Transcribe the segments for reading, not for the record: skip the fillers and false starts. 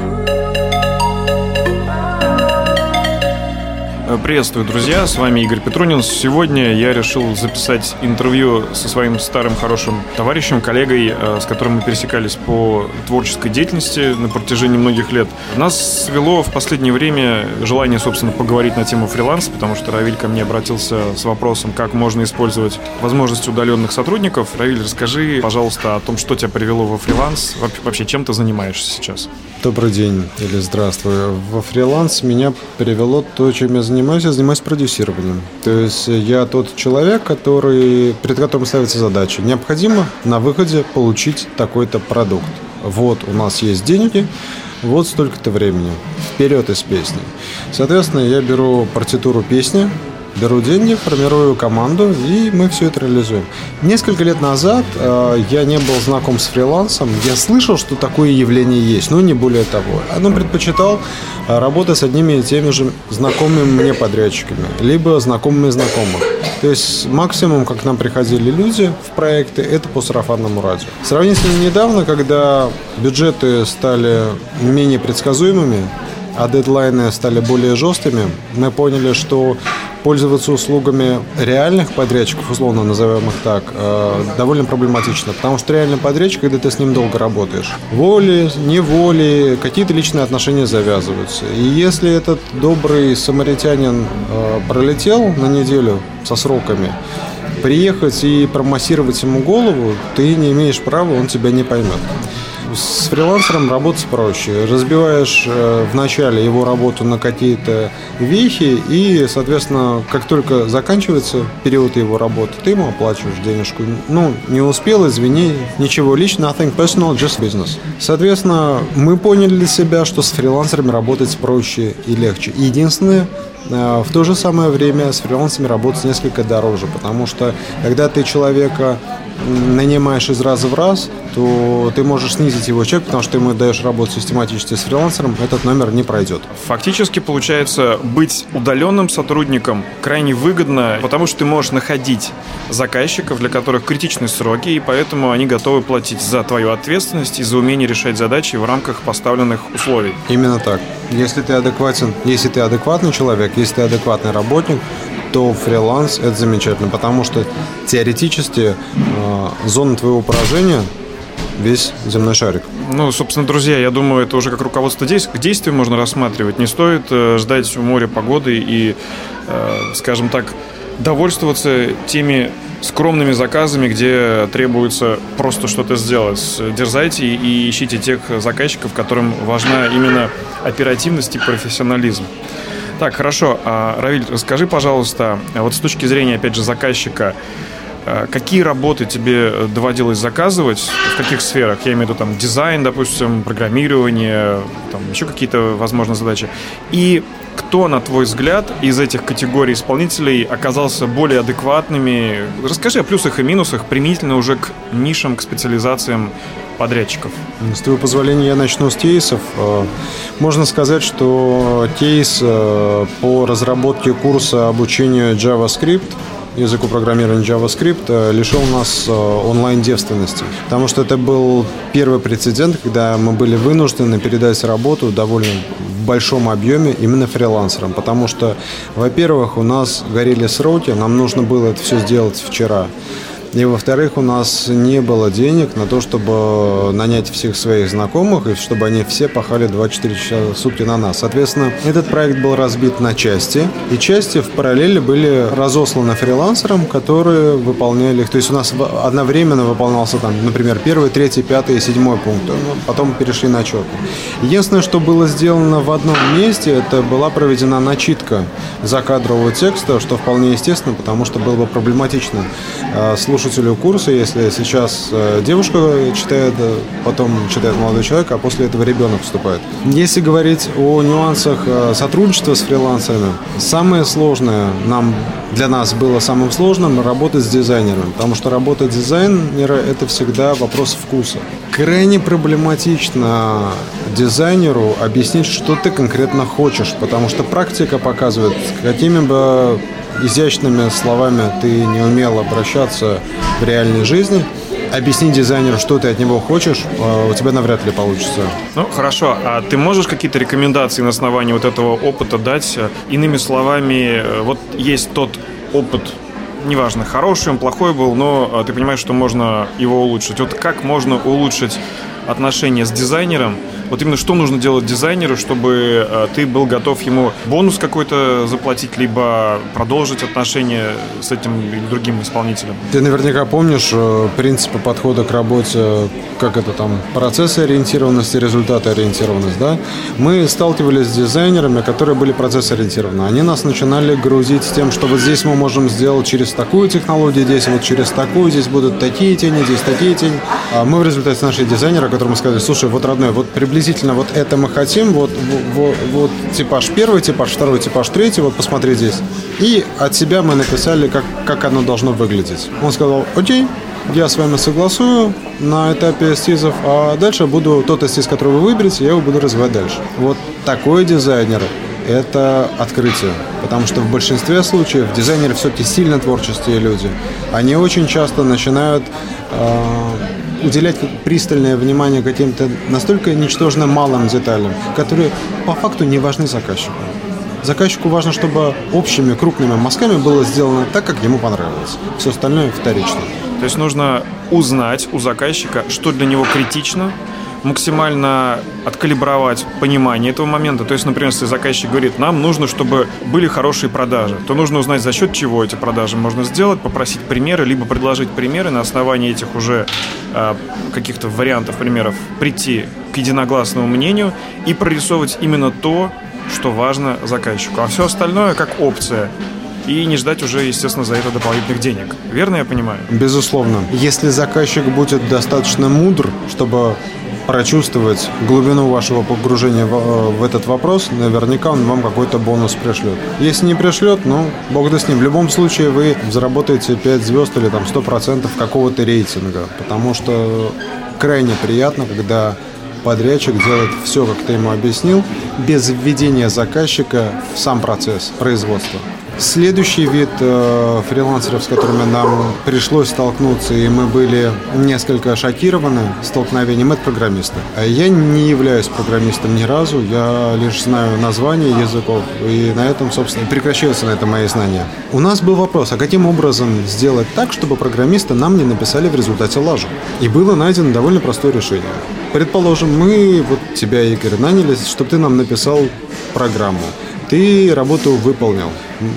Приветствую, друзья, с вами Игорь Петрунин. Сегодня я решил записать интервью со своим старым хорошим товарищем, коллегой, с которым мы пересекались по творческой деятельности на протяжении многих лет. Нас свело в последнее время желание, собственно, поговорить на тему фриланса, потому что Равиль ко мне обратился с вопросом, как можно использовать возможности удаленных сотрудников. Равиль, расскажи, пожалуйста, о том, что тебя привело во фриланс, вообще чем ты занимаешься сейчас? Добрый день или здравствуй. Во фриланс меня привело то, чем я занимаюсь. Я занимаюсь продюсированием. То есть я тот человек, перед которым ставится задача. Необходимо на выходе получить такой-то продукт. Вот у нас есть деньги, вот столько-то времени. Вперед из песни. Соответственно, я беру партитуру песни, беру деньги, формирую команду, и мы все это реализуем. Несколько лет назад я не был знаком с фрилансом. Я слышал, что такое явление есть, но не более того. Но предпочитал работать с одними и теми же знакомыми мне подрядчиками, либо знакомыми знакомых. То есть максимум, как к нам приходили люди в проекты, это по сарафанному радио. Сравнительно недавно, когда бюджеты стали менее предсказуемыми, а дедлайны стали более жесткими, мы поняли, что пользоваться услугами реальных подрядчиков, условно назовем их так, довольно проблематично. Потому что реальный подрядчик, когда ты с ним долго работаешь, волей, неволей, какие-то личные отношения завязываются. И если этот добрый самаритянин пролетел на неделю со сроками, приехать и промассировать ему голову ты не имеешь права, он тебя не поймет. С фрилансером работать проще. Разбиваешь вначале его работу на какие-то вехи, и, соответственно, как только заканчивается период его работы, ты ему оплачиваешь денежку. Не успел, извини, ничего личного, nothing personal, just business. Соответственно, мы поняли для себя, что с фрилансерами работать проще и легче. Единственное, в то же самое время с фрилансерами работать несколько дороже, потому что когда ты человека нанимаешь из раза в раз, то ты можешь снизить его чек, потому что ты ему даешь работу систематически с фрилансером, этот номер не пройдет. Фактически, получается, быть удаленным сотрудником крайне выгодно, потому что ты можешь находить заказчиков, для которых критичны сроки, и поэтому они готовы платить за твою ответственность и за умение решать задачи в рамках поставленных условий. Именно так. Если ты адекватный человек, если ты адекватный работник, то фриланс – это замечательно, потому что теоретически зона твоего поражения – весь земной шарик. Собственно, друзья, я думаю, это уже как руководство к действию можно рассматривать. Не стоит ждать у моря погоды и, скажем так, довольствоваться теми скромными заказами, где требуется просто что-то сделать. Дерзайте и ищите тех заказчиков, которым важна именно оперативность и профессионализм. Так, хорошо. Равиль, расскажи, пожалуйста, вот с точки зрения, опять же, заказчика, какие работы тебе доводилось заказывать, в каких сферах? Я имею в виду дизайн, допустим, программирование, еще какие-то, возможно, задачи. И кто, на твой взгляд, из этих категорий исполнителей оказался более адекватными? Расскажи о плюсах и минусах применительно уже к нишам, к специализациям подрядчиков. С твоего позволения я начну с кейсов. Можно сказать, что кейс по разработке курса обучения JavaScript, языку программирования JavaScript, лишил нас онлайн-девственности. Потому что это был первый прецедент, когда мы были вынуждены передать работу довольно в большом объеме именно фрилансерам. Потому что, во-первых, у нас горели сроки, нам нужно было это все сделать вчера. И, во-вторых, у нас не было денег на то, чтобы нанять всех своих знакомых, и чтобы они все пахали 24 часа в сутки на нас. Соответственно, этот проект был разбит на части, и части в параллели были разосланы фрилансерам, которые выполняли их. То есть у нас одновременно выполнялся, например, 1, 3, 5 и 7 пункт. Потом перешли на четко. Единственное, что было сделано в одном месте, это была проведена начитка закадрового текста, что вполне естественно, потому что было бы проблематично слушателю курса, если сейчас девушка читает, потом читает молодой человек, а после этого ребенок вступает. Если говорить о нюансах сотрудничества с фрилансерами, самое сложное для нас было самым сложным работать с дизайнером, потому что работа дизайнера – это всегда вопрос вкуса. Крайне проблематично дизайнеру объяснить, что ты конкретно хочешь, потому что практика показывает, какими бы изящными словами ты не умел обращаться в реальной жизни, объяснить дизайнеру, что ты от него хочешь, у тебя навряд ли получится. Ну, хорошо. А ты можешь какие-то рекомендации на основании вот этого опыта дать? Иными словами, вот есть тот опыт, неважно, хороший он, плохой был, но ты понимаешь, что можно его улучшить. Вот как можно улучшить отношения с дизайнером? Вот именно что нужно делать дизайнеру, чтобы ты был готов ему бонус какой-то заплатить, либо продолжить отношения с этим или другим исполнителем? Ты наверняка помнишь принципы подхода к работе, как это там, процесс-ориентированность и результат-ориентированность, да? Мы сталкивались с дизайнерами, которые были процесс-ориентированы. Они нас начинали грузить с тем, что вот здесь мы можем сделать через такую технологию, здесь вот через такую, здесь будут такие тени, здесь такие тени. А мы в результате нашли дизайнера, которому сказали: слушай, вот, родной, вот приблизительно вот это мы хотим, вот типаж первый, типаж второй, типаж третий, вот посмотри здесь. И от себя мы написали, как оно должно выглядеть. Он сказал: окей, я с вами согласую на этапе эскизов, а дальше буду тот эскиз, который вы выберете, я его буду развивать дальше. Вот такой дизайнер – это открытие. Потому что в большинстве случаев дизайнеры все-таки сильно творческие люди. Они очень часто начинают уделять пристальное внимание каким-то настолько ничтожно малым деталям, которые по факту не важны заказчику. Заказчику важно, чтобы общими крупными мазками было сделано так, как ему понравилось. Все остальное вторично. То есть нужно узнать у заказчика, что для него критично, максимально откалибровать понимание этого момента. То есть, например, если заказчик говорит: нам нужно, чтобы были хорошие продажи, то нужно узнать, за счет чего эти продажи можно сделать, попросить примеры, либо предложить примеры, на основании этих уже каких-то вариантов, примеров, прийти к единогласному мнению и прорисовывать именно то, что важно заказчику. А все остальное как опция. И не ждать уже, естественно, за это дополнительных денег. Верно я понимаю? Безусловно. Если заказчик будет достаточно мудр, чтобы прочувствовать глубину вашего погружения в этот вопрос, наверняка он вам какой-то бонус пришлет. Если не пришлет, ну, бог да с ним. В любом случае вы заработаете 5 звезд или там 100% какого-то рейтинга, потому что крайне приятно, когда подрядчик делает все, как ты ему объяснил, без введения заказчика в сам процесс производства. Следующий вид фрилансеров, с которыми нам пришлось столкнуться, и мы были несколько шокированы столкновением, это программисты. Я не являюсь программистом ни разу, я лишь знаю названия языков, и на этом, собственно, прекращаются на этом мои знания. У нас был вопрос: а каким образом сделать так, чтобы программисты нам не написали в результате лажу? И было найдено довольно простое решение. Предположим, мы вот тебя, Игорь, наняли, чтобы ты нам написал программу. Ты работу выполнил.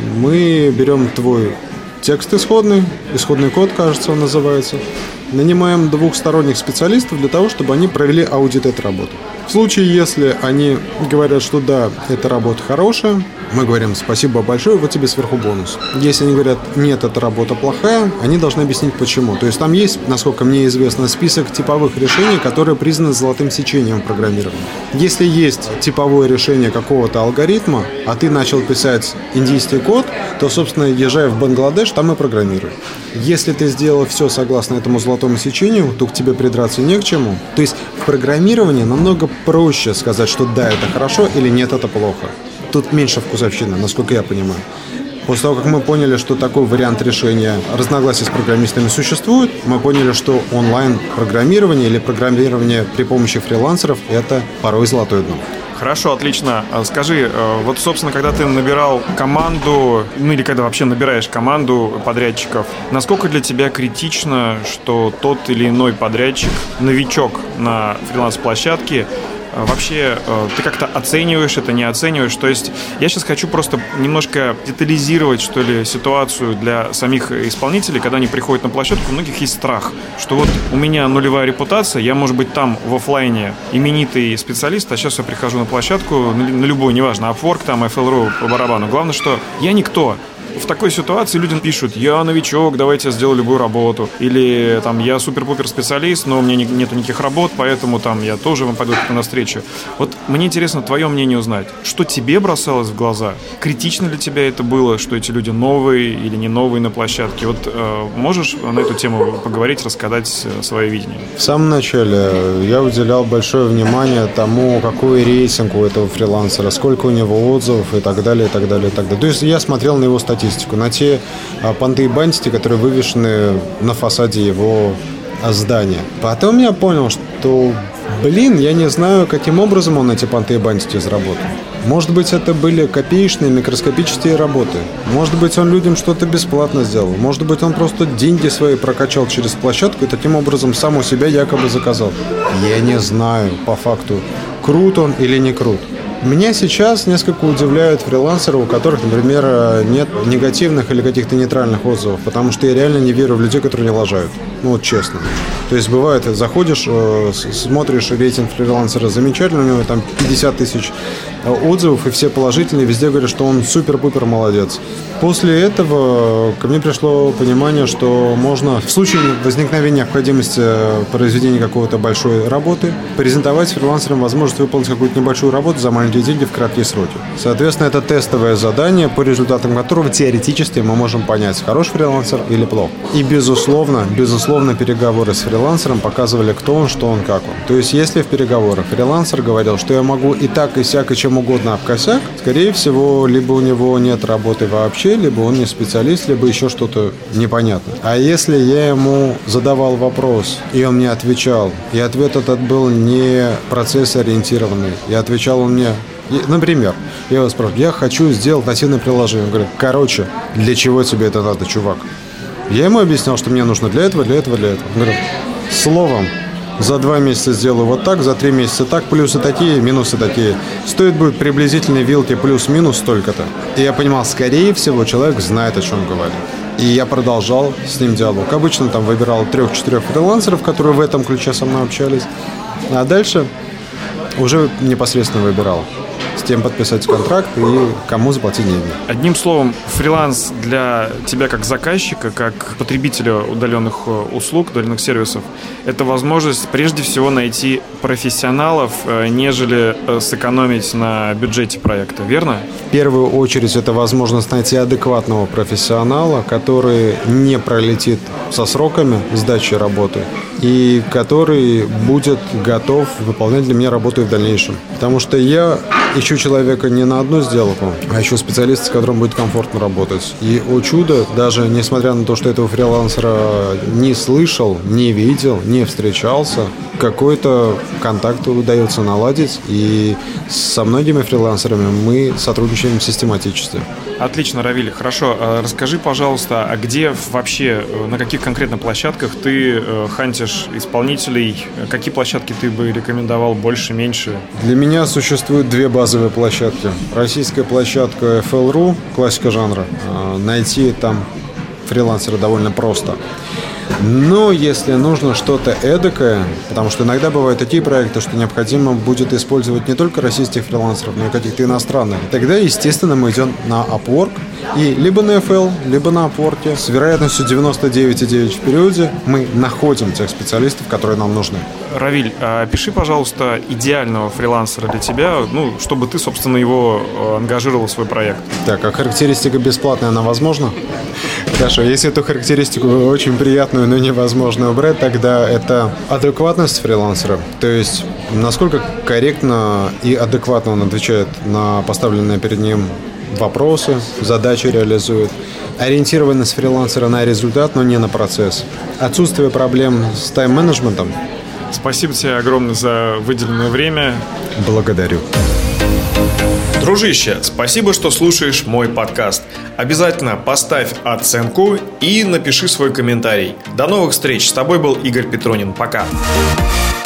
Мы берем твой текст исходный код, кажется, он называется, нанимаем двухсторонних специалистов для того, чтобы они провели аудит этой работы. В случае, если они говорят, что да, эта работа хорошая, мы говорим: спасибо большое, вот тебе сверху бонус. Если они говорят: нет, эта работа плохая, они должны объяснить почему. То есть там есть, насколько мне известно, список типовых решений, которые признаны золотым сечением в программировании. Если есть типовое решение какого-то алгоритма, а ты начал писать индийский код, то, собственно, езжай в Бангладеш, там и программируй. Если ты сделал все согласно этому золотому сечению, то к тебе придраться не к чему. То есть в программировании намного проще сказать, что да, это хорошо, или нет, это плохо. Тут меньше вкусовщины, насколько я понимаю. После того, как мы поняли, что такой вариант решения разногласий с программистами существует, мы поняли, что онлайн-программирование или программирование при помощи фрилансеров – это порой золотое дно. Хорошо, отлично. Скажи, вот, собственно, когда ты набирал команду, ну или когда вообще набираешь команду подрядчиков, насколько для тебя критично, что тот или иной подрядчик, новичок на фриланс-площадке, вообще ты как-то оцениваешь это, не оцениваешь? То есть я сейчас хочу просто немножко детализировать, что ли, ситуацию для самих исполнителей, когда они приходят на площадку. У многих есть страх, что вот у меня нулевая репутация, я, может быть, там в офлайне именитый специалист, а сейчас я прихожу на площадку, на любой, неважно, Upwork, там, FL.ru, по барабану. Главное, что я никто. В такой ситуации людям пишут: я новичок, давайте я сделаю любую работу. Или там: я супер-пупер специалист, но у меня нету никаких работ, поэтому там я тоже вам пойду на встречу. Вот мне интересно твое мнение узнать. Что тебе бросалось в глаза? Критично для тебя это было, что эти люди новые или не новые на площадке? Вот можешь на эту тему поговорить, рассказать свое видение? В самом начале я уделял большое внимание тому, какой рейтинг у этого фрилансера, сколько у него отзывов и так далее, и так далее, и так далее. То есть я смотрел на его статистику, на те понты и бантики, которые вывешены на фасаде его здание. Потом я понял, что, я не знаю, каким образом он эти понты и бантики заработал. Может быть, это были копеечные, микроскопические работы. Может быть, он людям что-то бесплатно сделал. Может быть, он просто деньги свои прокачал через площадку и таким образом сам у себя якобы заказал. Я не знаю, по факту, крут он или не крут. Меня сейчас несколько удивляют фрилансеры, у которых, например, нет негативных или каких-то нейтральных отзывов, потому что я реально не верю в людей, которые не лажают. Ну вот честно. То есть бывает, заходишь, смотришь рейтинг фрилансера замечательный, у него там 50 тысяч отзывов, и все положительные, везде говорят, что он супер-пупер молодец. После этого ко мне пришло понимание, что можно в случае возникновения необходимости произведения какой-то большой работы презентовать фрилансерам возможность выполнить какую-то небольшую работу за маленькие деньги в краткие сроки. Соответственно, это тестовое задание, по результатам которого теоретически мы можем понять, хороший фрилансер или плох. И безусловно, переговоры с фрилансером показывали, кто он, что он, как он. То есть, если в переговорах фрилансер говорил, что я могу и так, и сяк, и чем угодно об косяк, скорее всего, либо у него нет работы вообще, либо он не специалист, либо еще что-то непонятно. А если я ему задавал вопрос, и он мне отвечал, и ответ этот был не процесс-ориентированный, и отвечал он мне, например, я его спрашиваю, я хочу сделать нативное приложение. Он говорит, короче, для чего тебе это надо, чувак? Я ему объяснял, что мне нужно для этого. Он говорит, словом, за 2 месяца сделаю вот так, за 3 месяца так, плюсы такие, минусы такие. Стоит будет приблизительно вилки плюс-минус столько-то. И я понимал, скорее всего, человек знает, о чем говорит. И я продолжал с ним диалог. Обычно там выбирал 3-4 фрилансеров, которые в этом ключе со мной общались. А дальше уже непосредственно выбирал, с тем подписать контракт и кому заплатить деньги. Одним словом, фриланс для тебя как заказчика, как потребителя удаленных услуг, удаленных сервисов, это возможность прежде всего найти профессионалов, нежели сэкономить на бюджете проекта, верно? В первую очередь это возможность найти адекватного профессионала, который не пролетит со сроками сдачи работы и который будет готов выполнять для меня работу и в дальнейшем. Потому что я ищу человека не на одну сделку, а ищу специалиста, с которым будет комфортно работать. И, о чудо, даже несмотря на то, что этого фрилансера не слышал, не видел, не встречался, какой-то контакт удается наладить, и со многими фрилансерами мы сотрудничаем систематически. Отлично, Равиль, хорошо. Расскажи, пожалуйста, а где вообще, на каких конкретно площадках ты хантишь исполнителей? Какие площадки ты бы рекомендовал, больше, меньше? Для меня существует 2 базовые площадки. Российская площадка FL.ru, классика жанра. Найти там фрилансера довольно просто. Но если нужно что-то эдакое, потому что иногда бывают такие проекты, что необходимо будет использовать не только российских фрилансеров, но и каких-то иностранных, тогда, естественно, мы идем на Upwork, и либо на FL, либо на Upwork. С вероятностью 99,9 в периоде мы находим тех специалистов, которые нам нужны. Равиль, опиши, пожалуйста, идеального фрилансера для тебя, чтобы ты, собственно, его ангажировал в свой проект. Так, а характеристика бесплатная, она возможна? Хорошо, если эту характеристику очень приятную, но невозможно убрать, тогда это адекватность фрилансера. То есть, насколько корректно и адекватно он отвечает на поставленные перед ним вопросы, задачи реализует. Ориентированность фрилансера на результат, но не на процесс. Отсутствие проблем с тайм-менеджментом. Спасибо тебе огромное за выделенное время. Благодарю. Дружище, спасибо, что слушаешь мой подкаст. Обязательно поставь оценку и напиши свой комментарий. До новых встреч. С тобой был Игорь Петронин. Пока.